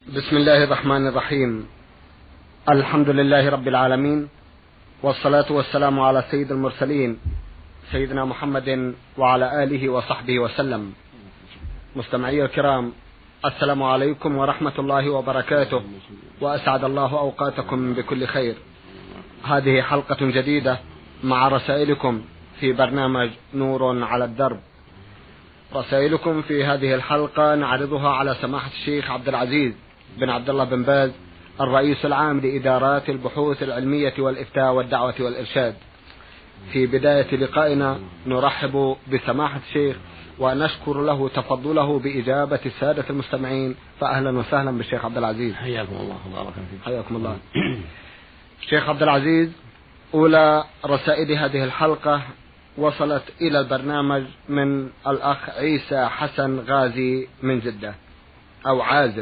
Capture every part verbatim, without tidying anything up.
بسم الله الرحمن الرحيم. الحمد لله رب العالمين، والصلاة والسلام على سيد المرسلين سيدنا محمد وعلى آله وصحبه وسلم. مستمعي الكرام، السلام عليكم ورحمة الله وبركاته، وأسعد الله أوقاتكم بكل خير. هذه حلقة جديدة مع رسائلكم في برنامج نور على الدرب. رسائلكم في هذه الحلقة نعرضها على سماحة الشيخ عبد العزيز بن عبد الله بن باز، الرئيس العام لإدارات البحوث العلمية والإفتاء والدعوة والإرشاد. في بداية لقائنا نرحب بسماحة الشيخ ونشكر له تفضله بإجابة السادة المستمعين، فأهلا وسهلا بالشيخ عبد العزيز. حياكم الله وبارك فيكم. حياكم الله. الشيخ عبد العزيز، أولى رسائل هذه الحلقة وصلت إلى البرنامج من الأخ عيسى حسن غازي من جدة أو عازب.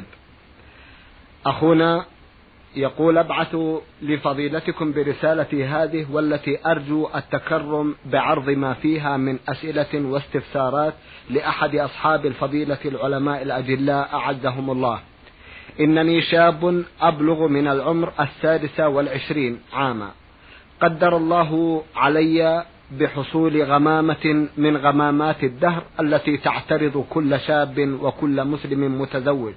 أخونا يقول: أبعث لفضيلتكم برسالتي هذه والتي أرجو التكرم بعرض ما فيها من أسئلة واستفسارات لأحد أصحاب الفضيلة العلماء الأجلاء أعزهم الله. إنني شاب أبلغ من العمر السادسة والعشرين عاما، قدر الله علي بحصول غمامة من غمامات الدهر التي تعترض كل شاب وكل مسلم متزوج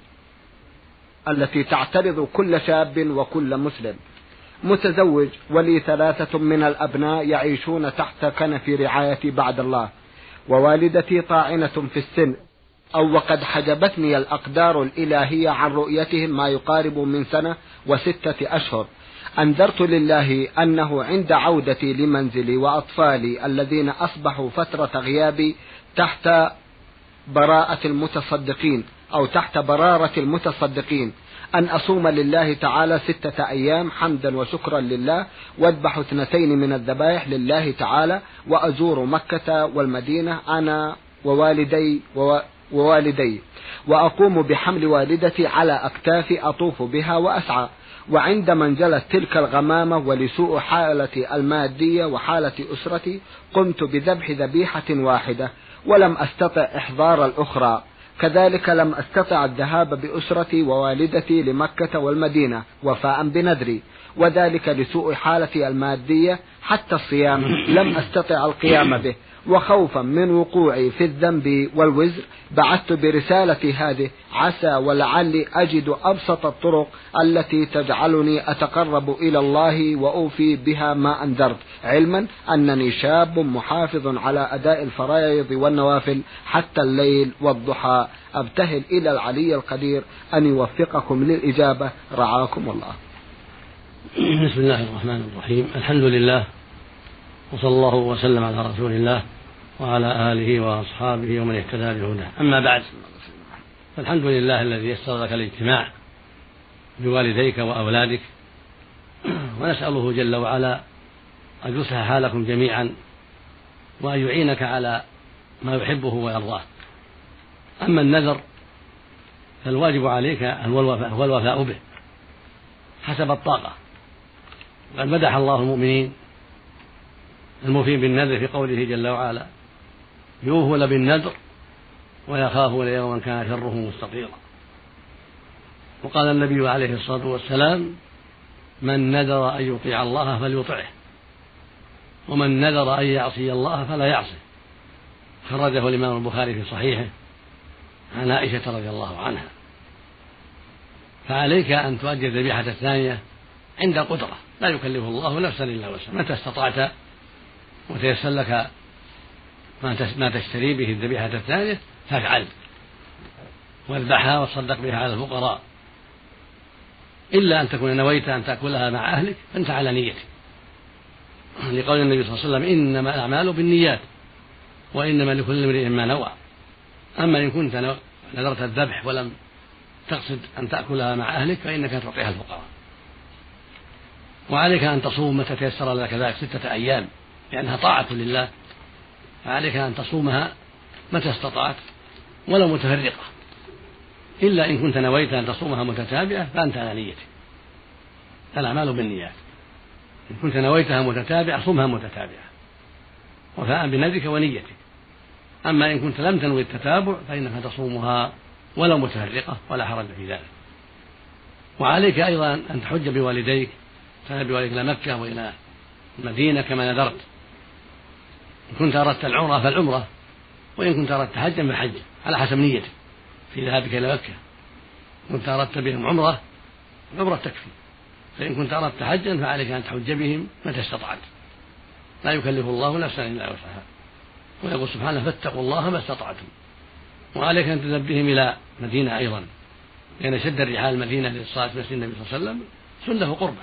التي تعترض كل شاب وكل مسلم متزوج، ولي ثلاثة من الأبناء يعيشون تحت كنف رعايتي بعد الله، ووالدتي طاعنة في السن، أو وقد حجبتني الأقدار الإلهية عن رؤيتهم ما يقارب من سنة وستة أشهر. أنذرت لله أنه عند عودتي لمنزلي وأطفالي الذين أصبحوا فترة غيابي تحت براءة المتصدقين أو تحت برارة المتصدقين أن أصوم لله تعالى ستة أيام حمدا وشكرا لله، واذبح اثنتين من الذبائح لله تعالى، وأزور مكة والمدينة أنا ووالدي ووالدي وأقوم بحمل والدتي على أكتافي أطوف بها وأسعى. وعندما انجلت تلك الغمامة ولسوء حالتي المادية وحالة أسرتي قمت بذبح ذبيحة واحدة ولم أستطع إحضار الأخرى. كذلك لم أستطع الذهاب بأسرتي ووالدتي لمكة والمدينة وفاء بنذري، وذلك لسوء حالتي المادية. حتى الصيام لم أستطع القيام به، وخوفا من وقوعي في الذنب والوزر بعثت برسالتي هذه عسى ولعلي أجد أبسط الطرق التي تجعلني أتقرب إلى الله وأوفي بها ما أنذرت، علما أنني شاب محافظ على أداء الفرائض والنوافل حتى الليل والضحى. أبتهل إلى العلي القدير أن يوفقكم للإجابة، رعاكم الله. بسم الله الرحمن الرحيم. الحمد لله، وصلى الله وسلم على رسول الله وعلى آله وأصحابه ومن اهتدى بهداه. أما بعد، فالحمد لله الذي يسر لك الاجتماع بوالديك وأولادك، ونسأله جل وعلا أن يصلح حالكم جميعا وأن يعينك على ما يحبه ويرضاه. أما النذر فالواجب عليك هو الوفاء به حسب الطاقة. قد مدح الله المؤمنين الموفين بالنذر في قوله جل وعلا: يوفون بالنذر ويخافون يوما كان شره مستطيرا. وقال النبي عليه الصلاة والسلام: من نذر أن يطيع الله فليطعه، ومن نذر أن يعصي الله فلا يعصه. خرجه الإمام البخاري في صحيحه عن عائشة رضي الله عنها. فعليك أن تؤدي الذبيحة الثانية عند قدرة، لا يكلف الله نفسا إلا وسعها، متى استطعت وتيسر لك ما تشتري به الذبيحة الثانية فافعل، واذبحها وتصدق بها على الفقراء، إلا أن تكون نويت أن تأكلها مع أهلك فأنت على نيتك، لقول النبي صلى الله عليه وسلم: إنما الأعمال بالنيات وإنما لكل امرئ ما نوى. أما إن كنت نذرت الذبح ولم تقصد أن تأكلها مع أهلك فإنك تعطيها الفقراء. وعليك أن تصوم متى تيسر لك ذلك ستة أيام، لأنها طاعة لله، فعليك أن تصومها متى استطعت ولا متفرقة، إلا إن كنت نويت أن تصومها متتابعة فأنت على نيتك. الأعمال بالنيات، إن كنت نويتها متتابعة صومها متتابعة وفاء بنذرك ونيتك. أما إن كنت لم تنوي التتابع فإنك تصومها ولا متفرقة ولا حرج في ذلك. وعليك أيضا أن تحج بوالديك، تذهب بوالديك إلى مكة وإلى المدينة كما نذرت. إن كنت أردت العمرة فالعمرة، وإن كنت أردت حجا فالحج على حسب نيتك في ذهابك إلى مكة. إن كنت أردت بهم عمرة عمرة تكفي، فإن كنت أردت حجا فعليك أن تحج بهم متى استطعت، لا يكلف الله نفسا إلا وسعها، ويقول سبحانه فاتقوا الله ما استطعتم. وعليك أن تذهب بهم إلى مدينة أيضا، لأن شد الرحال المدينة للصلاة في مسجد النبي صلى الله عليه وسلم سنة قربة.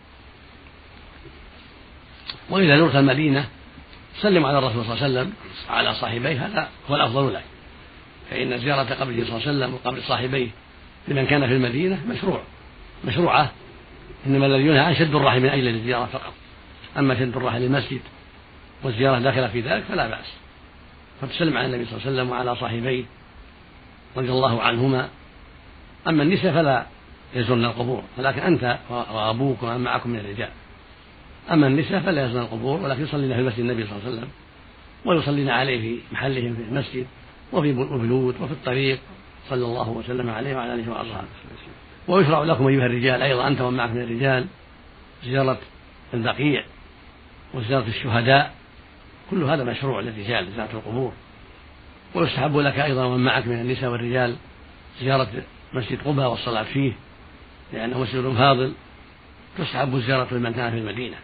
وإذا زرت المدينة سلم على الرسول صلى الله عليه وسلم على صاحبيه، هذا هو الأفضل لك، فإن زيارة قبره صلى الله عليه وسلم وقبر صاحبيه لمن كان في المدينة مشروع مشروعة، إنما الذي ينهى عن شد الرحل من أجل الزيارة فقط. أما شد الرحل للمسجد والزيارة داخلة في ذلك فلا بأس، فتسلم على النبي صلى الله عليه وسلم وعلى صاحبيه رضي الله عنهما. أما النساء فلا يزورن القبور، ولكن أنت وأبوك ومن معكم من الرجال. أما النساء فلا يزورن القبور، ولكن يصلين في مسجد النبي صلى الله عليه وسلم، ويصلين عليه في محلهم في المسجد وفي البيوت وفي الطريق صلى الله وسلم عليه وعلى آله وأصحابه. ويشرع لكم أيها الرجال أيضا أنت ومن معك من الرجال زيارة البقيع وزيارة الشهداء، كل هذا مشروع للرجال زيارة القبور. ويستحب لك أيضا ومن معك من النساء والرجال زيارة مسجد قباء والصلاة فيه، لأنه مسجد فاضل تستحب الزيارة لمن كان في المدينة.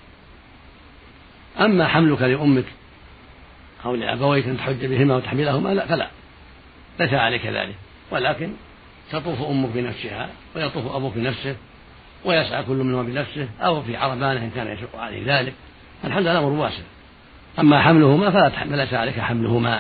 أما حملك لأمك أو لأبويك أن تحج بهما وتحملهما لا، فلا ليس عليك ذلك، ولكن تطوف أمك بنفسها ويطوف أبوك بنفسه ويسعى كل منهما بنفسه أو في عربانه إن كان يشق عليه ذلك، الحمد لله أمر واسع. أما حملهما فلا ليس عليك حملهما،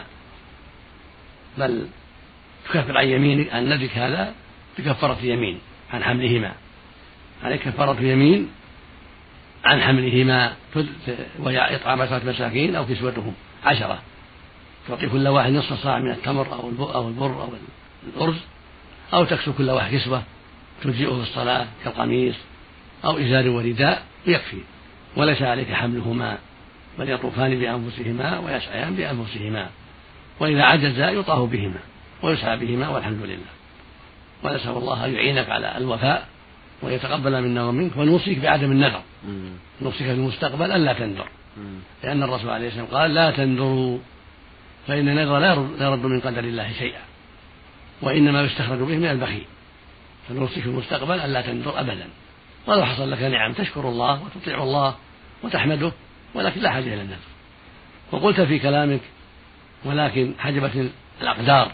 بل تكفر عن يمينك عن نذرك هذا بكفارة يمين عن حملهما، عليك كفارة يمين عن حملهما، وهي إطعام عشرة مساكين أو كسوتهم عشرة، تعطي كل واحد نصف صاع من التمر أو البر أو الأرز، أو تكسو كل واحد كسوة تجزئه في الصلاة كالقميص أو إزار ورداء يكفي، وليس عليك حملهما، بل يطوفان بأنفسهما ويسعيان بأنفسهما، وإذا عجز يطاف بهما ويسعى بهما والحمد لله. ونسأل الله أن يعينك على الوفاء ويتقبل منا ومنك، ونوصيك بعدم النذر، نوصيك في المستقبل ألا تنذر، لأن الرسول عليه الصلاة والسلام قال لا تنذروا فإن النذر لا يرد من قدر الله شيئا، وإنما يستخرج به من البخيل، فنوصيك في المستقبل ألا تنذر أبدا، ولو حصل لك نعم تشكر الله وتطيع الله وتحمده، ولكن لا حاجة إلى النذر. وقلت في كلامك ولكن حجبت الأقدار،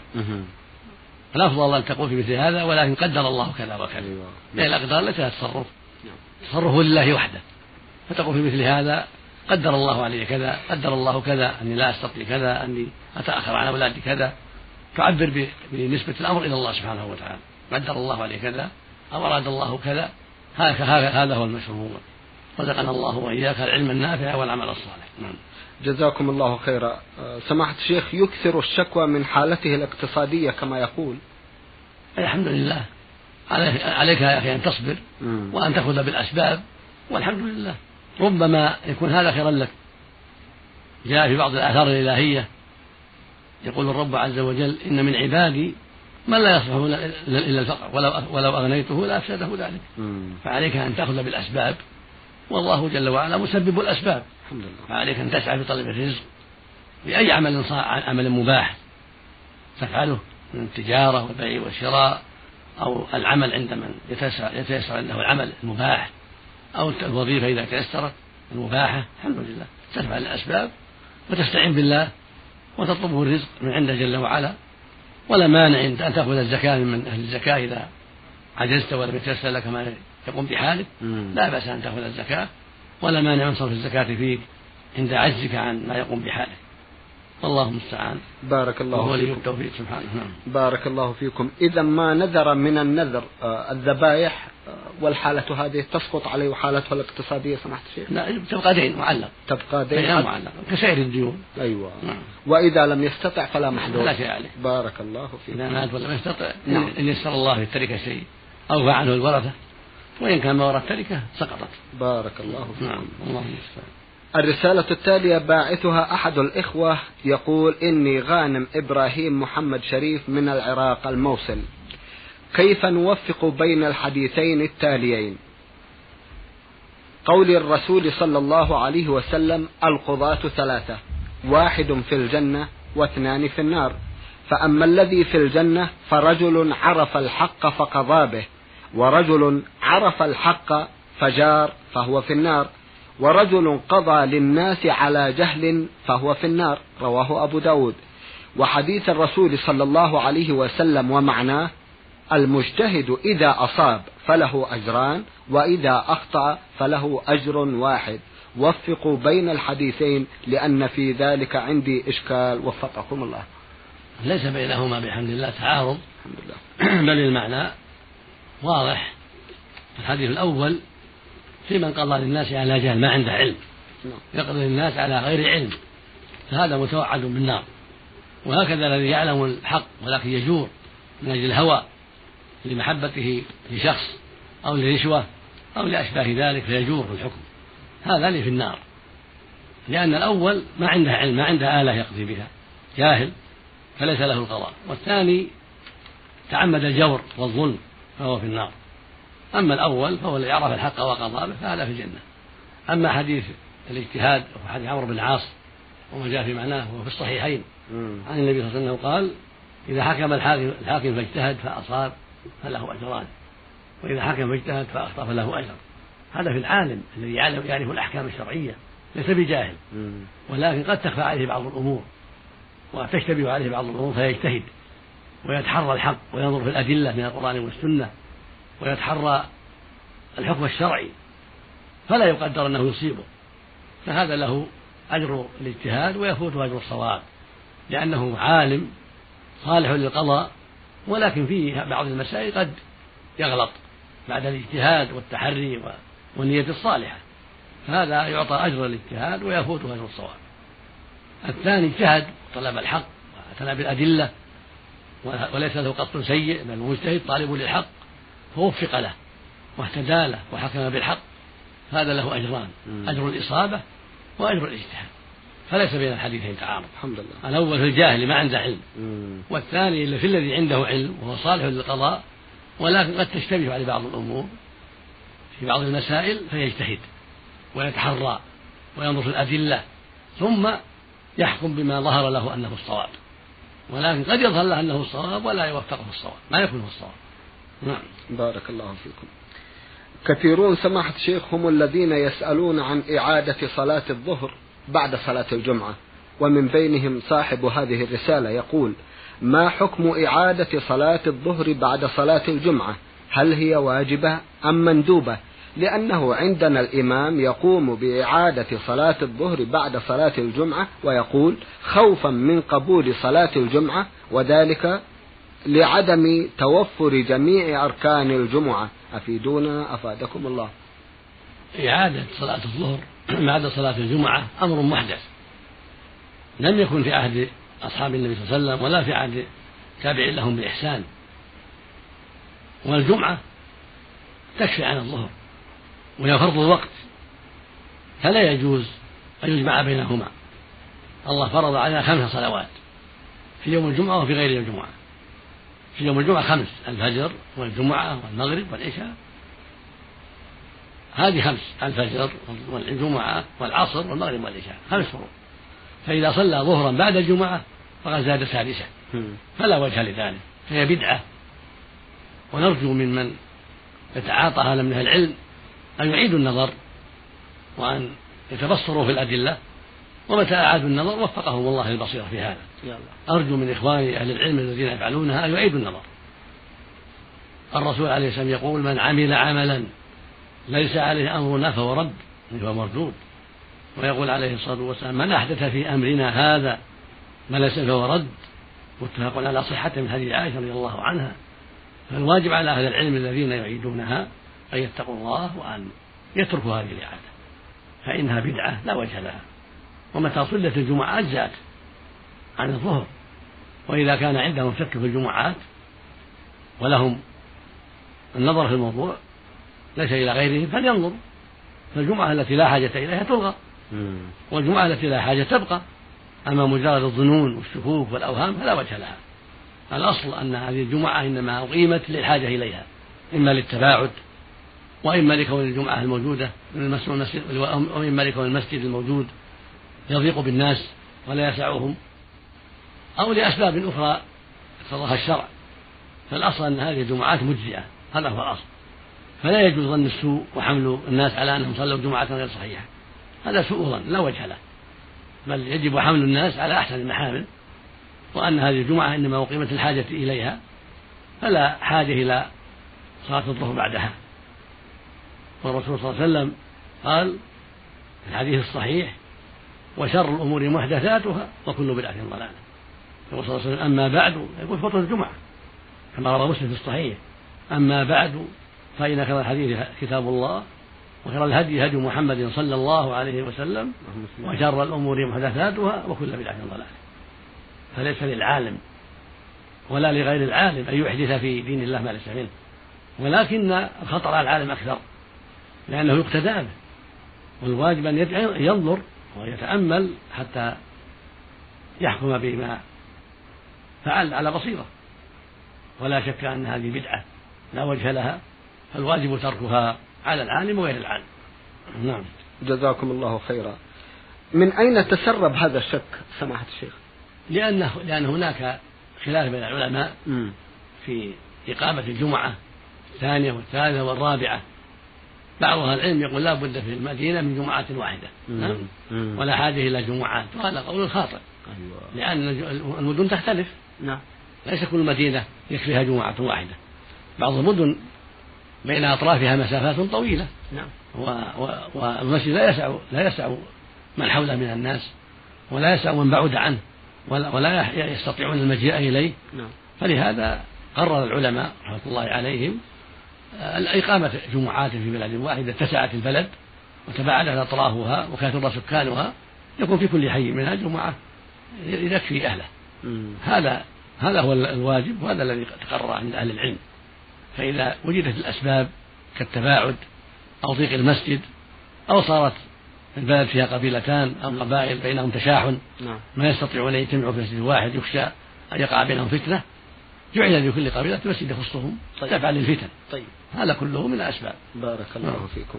الأفضل أن تقول في مثل هذا ولكن قدر الله كذا وكذا، لأن الأقدار ليس لها تصرف، تصرفه لله وحده، فتقول في مثل هذا قدر الله علي كذا، قدر الله كذا أني لا أستطيع كذا، أني أتأخر عن أولادي كذا، تعبر بنسبة الأمر إلى الله سبحانه وتعالى، قدر الله علي كذا أو أراد الله كذا، هذا هو المشروع. رزقنا الله وإياك العلم النافع والعمل الصالح. نعم. جزاكم الله خيرا. سماحة الشيخ، يكثر الشكوى من حالته الاقتصادية كما يقول. الحمد لله، عليك يا أخي أن تصبر وأن تأخذ بالأسباب، والحمد لله ربما يكون هذا خيرا لك. جاء في بعض الآثار الإلهية يقول الرب عز وجل إن من عبادي من لا يصلح إلا الفقر ولو, ولو أغنيته لأفسده ذلك. فعليك أن تأخذ بالأسباب، والله جل وعلا مسبب الأسباب، فعليك أن تسعى في طلب الرزق بأي عمل صالح، عمل مباح تفعله من التجارة والبيع والشراء، أو العمل عند من يتيسر عنده العمل المباح، أو الوظيفة إذا تيسرت المباحة، الحمد لله تفعل الأسباب وتستعين بالله وتطلبه الرزق من عنده جل وعلا. ولا مانع أن تأخذ الزكاة من أهل الزكاة إذا عجزت ولم يتيسر لك ما يقوم بحالك، لا بأس أن تأخذ الزكاة، ولا مانع من صرف الزكاة فيك عند عجزك عن ما يقوم بحالك، والله المستعان. بارك الله وهو فيكم. ولي التوفيق سبحانه. نعم. بارك الله فيكم. إذا ما نذر من النذر الذبائح والحالة هذه تسقط عليه حالته الاقتصادية سماحة الشيخ؟ لا، تبقى دين معلق، تبقى دين معلق كسائر الديون. أيوة. نعم. وإذا لم يستطع فلا محذور، لا شيء عليه. بارك الله فيكم. إذا مات ولم يستطع، نعم. إن يسر الله في التركة شيء أو فعله الورثة، وإن كان ما ورث تركة سقطت. بارك الله فيكم. نعم. الله المستعان. الرسالة التالية باعثها أحد الإخوة يقول: إني غانم إبراهيم محمد شريف من العراق الموصل، كيف نوفق بين الحديثين التاليين؟ قول الرسول صلى الله عليه وسلم: القضاة ثلاثة، واحد في الجنة واثنان في النار، فأما الذي في الجنة فرجل عرف الحق فقضى به، ورجل عرف الحق فجار فهو في النار، ورجل قضى للناس على جهل فهو في النار. رواه أبو داود. وحديث الرسول صلى الله عليه وسلم ومعناه: المجتهد إذا أصاب فله أجران، وإذا أخطأ فله أجر واحد. وفقوا بين الحديثين لأن في ذلك عندي إشكال، وفقكم الله. ليس بينهما بحمد الله تعارض، الحمد لله، بل المعنى واضح. الحديث الأول في من قضى للناس على جهل، ما عنده علم، يقضي للناس على غير علم، فهذا متوعد بالنار. وهكذا الذي يعلم الحق ولكن يجور من أجل الهوى لمحبته لشخص أو لرشوة أو لأشباه ذلك فيجور في الحكم، هذا اللي في النار، لأن الأول ما عنده علم، ما عنده آلة يقضي بها، جاهل فليس له القضاء. والثاني تعمد الجور والظلم فهو في النار. أما الأول فهو الذي عرف الحق وقضى به فهذا في الجنة. أما حديث الاجتهاد وحديث عمرو بن العاص وما جاء في معناه وهو في الصحيحين عن النبي صلى الله عليه وسلم قال: إذا حكم الحاكم, الحاكم فاجتهد فأصاب فله أجران، وإذا حكم فاجتهد فأخطأ فله أجر. هذا في العالم الذي يعلم يعرف الأحكام الشرعية، ليس بجاهل، ولكن قد تخفى عليه بعض الأمور وتشتبه عليه بعض الأمور فيجتهد ويتحرى الحق وينظر في الأدلة من القرآن والسنة ويتحرى الحكم الشرعي، فلا يقدر أنه يصيبه، فهذا له أجر الاجتهاد ويفوته أجر الصواب، لأنه عالم صالح للقضاء، ولكن فيه بعض المسائل قد يغلط بعد الاجتهاد والتحري والنية الصالحة، فهذا يعطى أجر الاجتهاد ويفوته أجر الصواب. الثاني اجتهد طلب الحق واعتنى بالأدلة وليس له قصد سيء، بل المجتهد طالب للحق فوفق له واهتدى له وحكم بالحق، هذا له أجران: أجر الإصابة وأجر الاجتهاد، فليس بين الحديثين تعارض. الحمد لله. الأول في الجاهل ما عنده علم، والثاني اللي في الذي عنده علم وهو صالح للقضاء، ولكن قد تشتبه عليه بعض الأمور في بعض المسائل فيجتهد ويتحرى وينظر في الأدلة ثم يحكم بما ظهر له أنه الصواب، ولكن قد يظهر له أنه الصواب ولا يوفقه الصواب، ما يكون هو الصواب. نعم. بارك الله فيكم. كثيرون سماحة الشيخ هم الذين يسألون عن إعادة صلاة الظهر بعد صلاة الجمعة، ومن بينهم صاحب هذه الرسالة يقول: ما حكم إعادة صلاة الظهر بعد صلاة الجمعة؟ هل هي واجبة أم مندوبة؟ لأنه عندنا الإمام يقوم بإعادة صلاة الظهر بعد صلاة الجمعة ويقول خوفا من قبول صلاة الجمعة، وذلك لعدم توفر جميع أركان الجمعة. أفيدونا أفادكم الله. إعادة صلاة الظهر بعد صلاة الجمعة أمر محدث، لم يكن في عهد أصحاب النبي صلى الله عليه وسلم ولا في عهد تابع لهم بإحسان، والجمعة تكفي عن الظهر وهي فرض الوقت، فلا يجوز أن يجمع بينهما. الله فرض علينا خمس صلوات في يوم الجمعة وفي غير يوم الجمعة. في يوم الجمعة خمس: الفجر والجمعة والمغرب والعشاء، هذه خمس: الفجر والجمعة والعصر والمغرب والعشاء، خمس فروض. فإذا صلى ظهرا بعد الجمعة فقد زاد سادسة، فلا وجه لذلك، فهي بدعة. ونرجو ممن يتعاطى هذا من أهل العلم أن يعيدوا النظر وأن يتبصروا في الأدلة، ومتى أعادوا النظر وفقهم الله البصيرة في هذا. أرجو من إخواني أهل العلم الذين يفعلونها أن يعيدوا النظر. الرسول عليه السلام يقول: من عمل عملا ليس عليه أمرنا فهو رد، فهو مردود. ويقول عليه الصلاة والسلام: من أحدث في أمرنا هذا ما ليس فهو رد. متفق على صحته من حديث عائشة رضي الله عنها. فالواجب على أهل العلم الذين يعيدونها أن يتقوا الله وأن يتركوا هذه الإعادة، فإنها بدعة لا وجه لها. ومتى صلت الجمعة أجزأت عن الظهر، وإذا كان عندهم شك في الجمعات ولهم النظر في الموضوع ليس إلى غيرهم فلينظر. فالجمعة التي لا حاجة إليها تلغى، والجمعة التي لا حاجة تبقى. أما مجرد الظنون والشكوك والأوهام فلا وجه لها. الأصل أن هذه الجمعة إنما أقيمت للحاجة إليها، إما للتباعد، وإما لكون الجمعة الموجودة وإما لكون المسجد الموجود يضيق بالناس ولا يسعهم، أو لأسباب أخرى اقتضاها الشرع. فالأصل أن هذه الجمعات مجزئة، هذا هو الأصل. فلا يجوز ظن السوء وحمل الناس على أنهم صلوا جمعة غير صحيحة، هذا سوء ظن لا وجه له، بل يجب حمل الناس على أحسن المحامل، وأن هذه الجمعة إنما أقيمت الحاجة إليها، فلا حاجة إلى صلاة الظهر بعدها. والرسول صلى الله عليه وسلم قال في الحديث الصحيح: وشر الأمور محدثاتها وكل بدعة ضلالة. يقول صلى الله عليه وسلم: أما بعد، يقول خطبة الجمعة كما روى مسلم في الصحيح: أما بعد فإن خير الحديث كتاب الله، وخير الهدي هدي محمد صلى الله عليه وسلم، وشر الأمور محدثاتها وكل بدعة ضلالة. فليس للعالم ولا لغير العالم أن يحدث في دين الله ما ليس منه، ولكن الخطر على العالم أكثر لأنه يقتدى به، والواجب أن ينظر ويتأمل حتى يحكم بما فعل على بصيرة، ولا شك أن هذه بدعة لا وجه لها، فالواجب تركها على العالم وغير العالم. نعم. جزاكم الله خيرا. من أين تسرب هذا الشك سماحة الشيخ؟ لأنه لأن هناك خلاف بين العلماء م. في إقامة الجمعة الثانية والثالثة والرابعة. بعض أهل العلم يقول لا بد في المدينة من جمعة واحدة، نعم، ولا حاجة إلى جمعات، وهذا قول خاطئ. أيوة. لأن المدن تختلف، نعم، ليس كل مدينة يكفيها جمعة واحدة. بعض المدن بين أطرافها مسافات طويلة، نعم، والمسجد لا يسع لا يسع من حوله من الناس، ولا يسع من بعد عنه، ولا, ولا يستطيعون المجيء إليه. نعم. فلهذا قرر العلماء رحمة الله عليهم إقامة جمعات في بلد واحدة اتسعت البلد وتباعدت أطرافها وكثر سكانها، يكون في كل حي منها جمعة يكفي أهله. هذا هذا هو الواجب، وهذا الذي تقرر عند أهل العلم. فإذا وجدت الأسباب كالتباعد أو ضيق المسجد، أو صارت البلد فيها قبيلتان أو قبائل بينهم تشاحن ما يستطيعون أن يجتمعوا في مسجد واحد يخشى أن يقع بينهم فتنة، جعل لكل قبيلة مسجد يخصهم دفعا للفتن. طيب. هذا كله من الأسباب. بارك الله نعم. فيكم.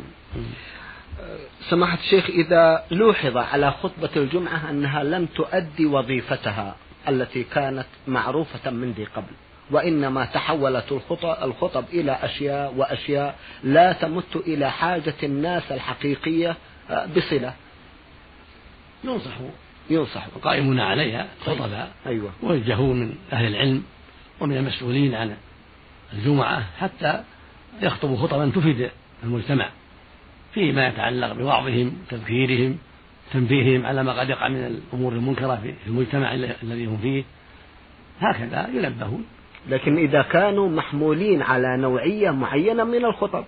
سماحة الشيخ، إذا لوحظ على خطبة الجمعة أنها لم تؤدي وظيفتها التي كانت معروفة من ذي قبل، وإنما تحولت الخطب, الخطب إلى أشياء وأشياء لا تمت إلى حاجة الناس الحقيقية بصلة، ينصح ينصح القائمون عليها خطبها، أيوة. ويوجهون من أهل العلم ومن المسؤولين عن الجمعة حتى يخطبوا خطبا تفيد المجتمع فيما يتعلق بوعظهم، تذكيرهم، تنبيههم على ما قد يقع من الأمور المنكرة في المجتمع الذي هم فيه، هكذا ينبهون. لكن إذا كانوا محمولين على نوعية معينة من الخطب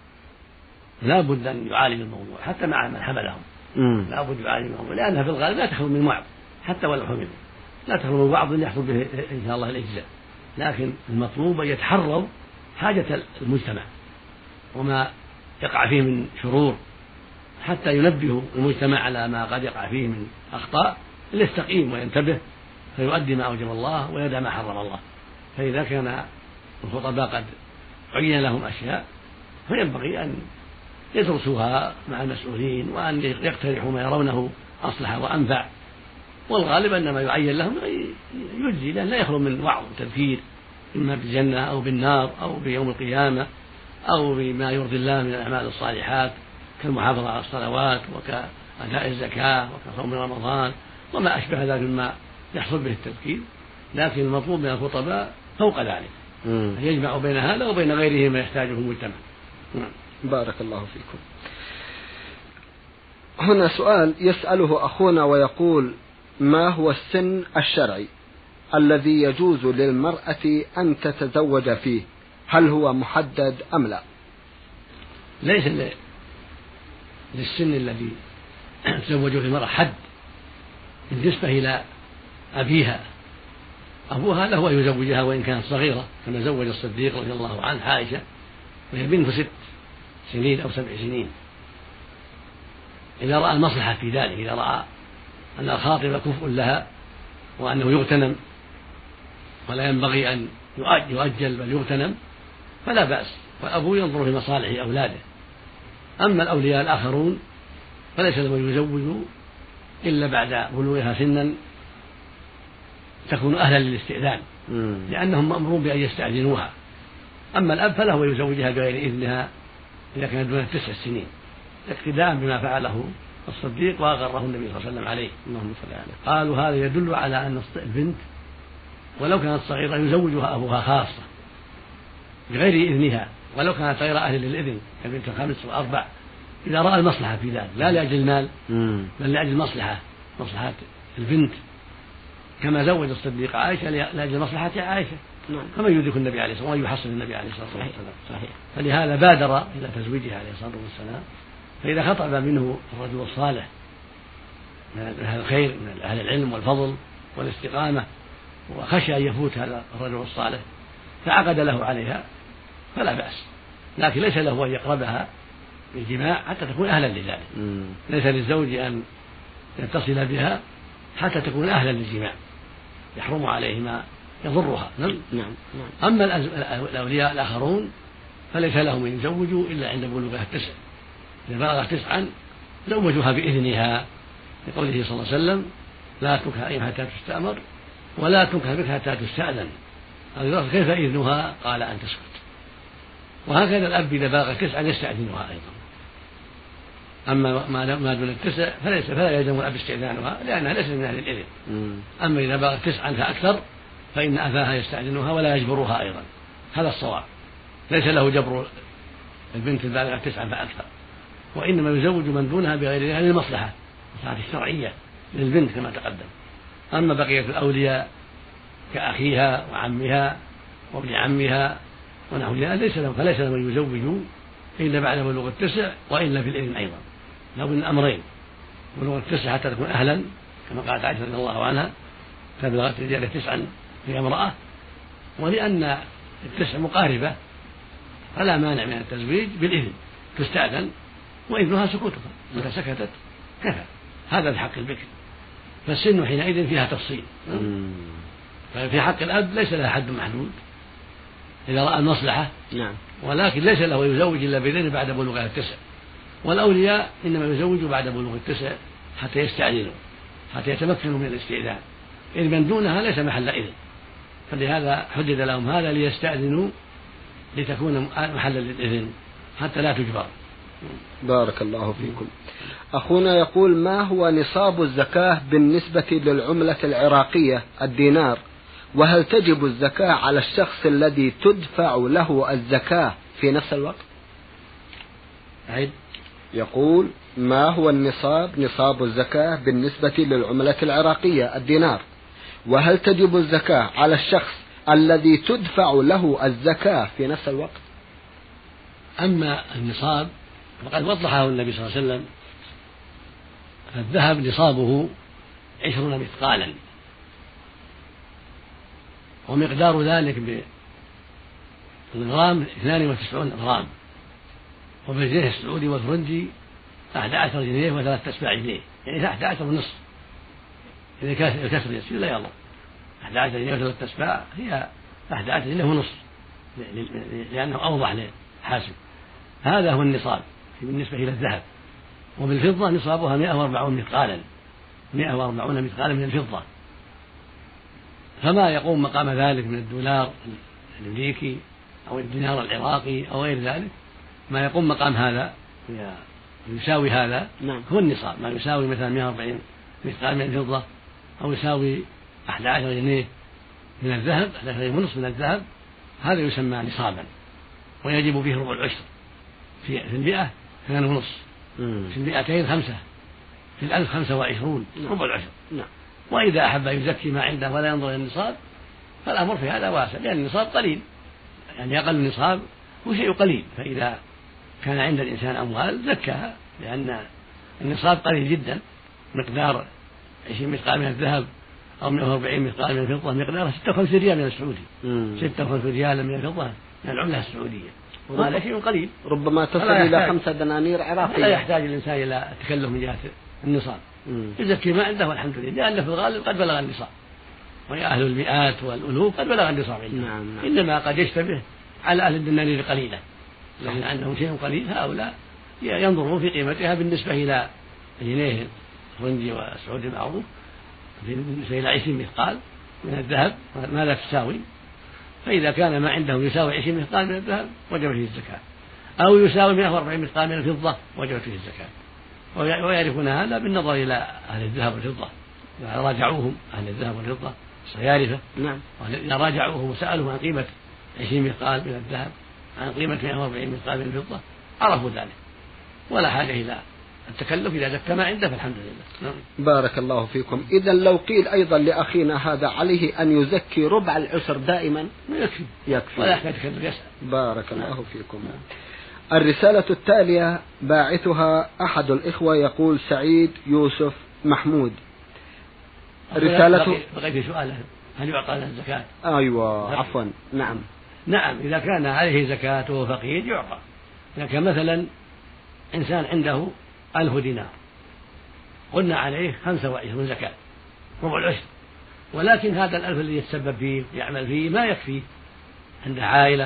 لا بد أن يعالج الموضوع حتى مع من حملهم. لا بد يعالج الموضوع، لأنها في الغالب لا تخلو من وعظ، حتى ولو حملوا لا تخلو من وعظ يحصل به إن شاء الله الإجزاء، لكن المطلوب أن يتحروا حاجة المجتمع وما يقع فيه من شرور، حتى ينبهوا المجتمع على ما قد يقع فيه من أخطاء ليستقيم وينتبه فيؤدي ما أوجب الله ويدع ما حرم الله. فإذا كان الخطباء قد عين لهم أشياء فينبغي أن يدرسوها مع المسؤولين وأن يقترحوا ما يرونه أصلح وأنفع، والغالب أن ما يعين لهم يجزي، لأن لا يخلو من وعظ وتذكير إما بالجنة أو بالنار أو بيوم القيامة أو بما يرضي الله من الأعمال الصالحات كالمحافظة على الصلوات وكأداء الزكاة وكصوم رمضان وما أشبه ذلك مما يحصل به التذكير. لكن المطلوب من الخطباء فوق ذلك أن يجمع بين هذا وبين غيره ما يحتاجه المجتمع. بارك الله فيكم. هنا سؤال يسأله أخونا ويقول: ما هو السن الشرعي الذي يجوز للمرأة أن تتزوج فيه؟ هل هو محدد أم لا؟ ليس للسن الذي تزوج في المرأة حد بالنسبة إلى أبيها. أبوها له أن يزوجها وإن كانت صغيرة، كما زوج الصديق رضي الله عنه عائشة وهي بنت ست سنين أو سبع سنين، إذا رأى المصلحة في ذلك، إذا رأى أن الخاطب كفء لها وأنه يغتنم ولا ينبغي أن يؤجل بل يغتنم فلا بأس، والأبو ينظر في مصالح أولاده. أما الأولياء الآخرون فليس لهم يزوجوا إلا بعد بلوغها سنا تكون أهلا للاستئذان، لأنهم مأمورون بأن يستأذنوها. أما الأب فله يزوجها بغير إذنها إذا كانت دون تسع سنين، اقتداء بما فعله الصديق وأغره النبي صلى الله عليه وسلم عليه. قالوا هذا يدل على أن البنت ولو كانت صغيرة يزوجها أبوها خاصة بغير إذنها، ولو كانت غير أهل للإذن كبنت الخامس والأربع، إذا رأى المصلحة في ذلك، لا لأجل المال بل لأجل المصلحة، مصلحة البنت، كما زوج الصديق عائشة لأجل مصلحة عائشة. كما يدرك النبي عليه الصلاة والسلام ويحصل النبي عليه الصلاة والسلام. صحيح. فلهذا بادر إلى تزويجها عليه الصلاة والسلام. فإذا خطب منه الرجل الصالح من أهل الخير من أهل العلم والفضل والاستقامة وخشى أن يفوت هذا الرجل الصالح فعقد له عليها فلا بأس، لكن ليس له أن يقربها بالجماع حتى تكون أهلا لذلك. ليس للزوج أن يتصل بها حتى تكون أهلا للجماع، يحرم عليه ما يضرها. نعم. نعم. أما الأولياء الآخرون فليس لهم أن يزوجوا إلا عند بلوغها التسع، إذا بلغت تسعا زوجوها بإذنها، لقوله صلى الله عليه وسلم لا تنكح أيها حتى تستأمر ولا تنكح بك حتى تستأذن. كيف إذنها؟ قال أن تسكت. وهكذا الأب إذا بلغ تسعا يستأذنها أيضا. أما ما دون التسع فليس فلا يلزم الأب استئذانها لأنها ليست من أهل الإذن. أما إذا بلغت تسعا فأكثر فإن أباها يستأذنها ولا يجبرها أيضا. هذا الصواب، ليس له جبر البنت البالغة تسعا فأكثر، وإنما يزوج من دونها بغير ذلك للمصلحة، المصلحة الشرعية للبنت كما تقدم. أما بقية الأولياء كأخيها وعمها وابن عمها ونحو ذلك ليس لهم فليس لهم يزوجوا إلا بعد بلوغ التسع وإلا في الإذن أيضا. لو من الأمرين، بلوغ التسع حتى تكون أهلا كما قالت عائشة رضي الله عنها فبلغت الرجال تسعا في امرأة، ولأن التسع مقاربة فلا مانع من التزويج بالإذن، تستأذن وإذنها سكوتها، متى سكتت كفى. هذا في حق البكر، فالسن حينئذ فيها تفصيل. ففي حق الأب ليس لها حد محدود إذا رأى المصلحة، ولكن ليس له يزوج إلا بإذن بعد بلوغها التسع. والأولياء إنما يزوجوا بعد بلوغ التسع حتى يستأذنوا، حتى يتمكنوا من الاستئذان، إذ من دونها ليس محل إذن، فلهذا حدد لهم هذا ليستأذنوا لتكون محلا للإذن حتى لا تجبر. بارك الله فيكم. أخونا يقول ما هو نصاب الزكاة بالنسبة للعملة العراقية الدينار، وهل تجب الزكاة على الشخص الذي تدفع له الزكاة في نفس الوقت؟ عيد. يقول ما هو النصاب نصاب الزكاة بالنسبة للعملة العراقية الدينار، وهل تجب الزكاة على الشخص الذي تدفع له الزكاة في نفس الوقت؟ أما النصاب فقد وضحه النبي صلى الله عليه وسلم، فالذهب نصابه عشرون مثقالا، ومقدار ذلك بالغرام اثنان وتسعون غرام، وبالجنيه السعودي والفرنجي أحد عشر جنيه وثلاثة أسباع جنيه، يعني أحد عشر ونصف إذا كان الكسر يسير لا يضر. أحد عشر جنيه وثلاثة أسباع هي أحد عشر جنيه ونصف لأنه أوضح للحاسب. هذا هو النصاب بالنسبة إلى الذهب. وبالفضة نصابها مئة وأربعون مثقالا، مئة وأربعون مثقالا من الفضة. فما يقوم مقام ذلك من الدولار الأمريكي أو الدينار العراقي أو غير ذلك، ما يقوم مقام هذا يساوي هذا هو النصاب، ما يساوي مثلا مئة وأربعين مثقال من الفضة أو يساوي أحد عشر جنيه من الذهب، أحد عشر جنيه ونصف من الذهب، هذا يسمى نصابا، ويجب فيه ربع العشر. في المئة اثنان ونصف، في المئتين خمسة، في الألف خمسة وعشرون، ربع العشر. وإذا أحب أن يزكي ما عنده ولا ينظر إلى النصاب فالأمر في هذا واسع، لأن النصاب قليل، يعني أقل النصاب هو شيء قليل، فإذا كان عند الإنسان أموال زكاها، لأن النصاب قليل جدا، مقدار عشرين مثقال من الذهب أو مئة وأربعين مثقال من الفضة مقداره ستة وخمسين ريال من السعودي، ستة وخمسين ريال من الفضة من العملة السعودية، وهذا شيء قليل، ربما تصل إلى خمسة دنانير عراقية. لا يحتاج الإنسان إلى تكلف من جهة النصاب، يزكي ما عنده والحمد لله، لأن في الغالب قد بلغ النصاب، وهي أهل المئات والألوف قد بلغ النصاب عندهم. نعم نعم. إنما قد يشتبه على أهل الدنانير القليلة الذين عندهم شيء قليل، هؤلاء ينظرون في قيمتها بالنسبة إلى جنيه الفرنجي والسعودي المعروف بالنسبة إلى عشرين مثقال من الذهب ماذا تساوي، فإذا كان ما عنده يساوي عشرين مثقال من الذهب وجب فيه الزكاة، أو يساوي مئة وأربعين مثقال من الفضة وجب فيه الزكاة. ويعرفون هذا بالنظر إلى أهل الذهب والفضة، إذا راجعوهم أهل الذهب والفضة الصيارفة، نعم، إذا راجعوهم وسألهم عن قيمة عشرين مثقال من الذهب عن قيمة مئة وأربعين مثقال من الفضة عرفوا ذلك، ولا حاجة إلى التكلف، إذا زكى ما عنده فالحمد لله. نعم. بارك الله فيكم. إذا لو قيل أيضا لأخينا هذا عليه أن يزكي ربع العشر دائما يكفي يكفي ولا يحتاج تكلف يسأل. بارك الله نعم. فيكم. الرسالة التالية باعثها أحد الإخوة يقول سعيد يوسف محمود. رسالته بقي في سؤاله هل يعطى له الزكاة؟ أيوة عفوا. نعم نعم، إذا كان عليه زكاة وهو فقير يعطى. إذا كان مثلا إنسان عنده ألف دينار قلنا عليه خمسة وعشرين زكاة ربع العشر، ولكن هذا الألف الذي يتسبب فيه يعمل فيه ما يكفيه، عنده عائلة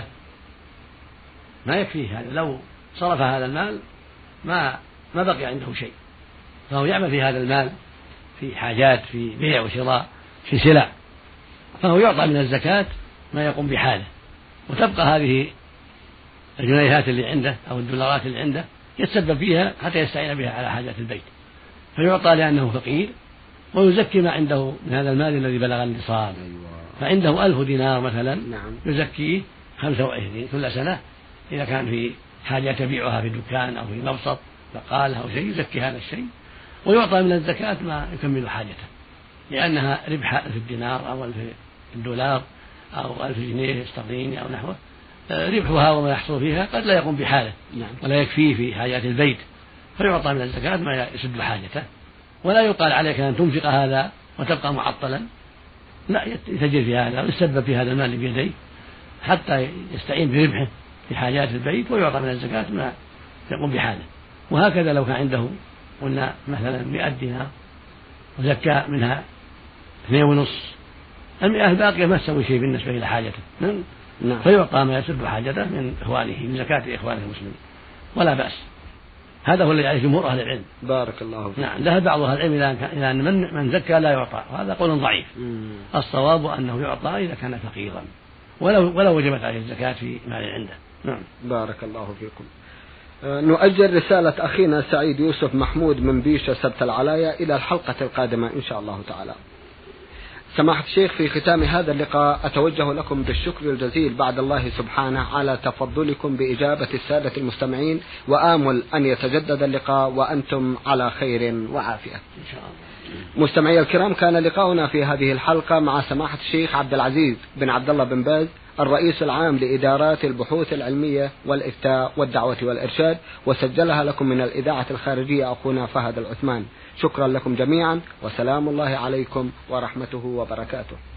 ما يكفيه، هذا لو صرف هذا المال ما ما بقي عنده شيء، فهو يعمل في هذا المال في حاجات، في بيع وشراء، في سلع، فهو يعطى من الزكاة ما يقوم بحاله، وتبقى هذه الجنيهات اللي عنده أو الدولارات اللي عنده يتسبب فيها حتى يستعين بها على حاجات البيت، فيعطى لأنه فقير، ويزكي ما عنده من هذا المال الذي بلغ النصاب. فعنده ألف دينار مثلا يزكيه خمسة وعشرين كل سنة، إذا كان في حاجة تبيعها في دكان أو في مبسط بقالة أو شيء يزكي هذا الشيء، ويعطى من الزكاة ما يكمل حاجته، لأنها ربح ألف الدينار أو ألف الدولار أو ألف جنيه استرليني أو نحوه، ربحها وما يحصل فيها قد لا يقوم بحاله ولا يكفيه في حاجات البيت، فيعطى من الزكاة ما يسد حاجته، ولا يقال عليك أن تنفق هذا وتبقى معطلا، لا، يتجر في هذا ويسبب في هذا المال بيديه حتى يستعين بربحه في حاجات البيت، ويعطى من الزكاة ما يقوم بحاله. وهكذا لو كان عنده قلنا مثلا مئة دينار وزكى منها اثنين ونص، المئة الباقية ما تسوي شيء بالنسبة إلى حاجته، نعم، فيعطى ما يسد حاجته من إخوانه، من زكاة إخوانه المسلمين، ولا بأس. هذا هو الذي عليه جمهور أهل العلم. بارك الله فيك. نعم، ذهب بعض أهل العلم إلى أن من, من زكى لا يعطى، وهذا قول ضعيف. مم. الصواب أنه يعطى إذا كان فقيرا، ولو ولو وجبت عليه الزكاة في مال عنده. نعم. بارك الله فيكم. نؤجل رسالة أخينا سعيد يوسف محمود من بيشة سبت العلاية إلى الحلقة القادمة إن شاء الله تعالى. سماحة الشيخ، في ختام هذا اللقاء أتوجه لكم بالشكر الجزيل بعد الله سبحانه على تفضلكم بإجابة السادة المستمعين، وآمل أن يتجدد اللقاء وأنتم على خير وعافية إن شاء الله. مستمعي الكرام، كان لقاؤنا في هذه الحلقة مع سماحة الشيخ عبد العزيز بن عبد الله بن باز، الرئيس العام لإدارات البحوث العلمية والإفتاء والدعوة والإرشاد، وسجلها لكم من الإذاعة الخارجية أخونا فهد العثمان. شكرا لكم جميعا، وسلام الله عليكم ورحمته وبركاته.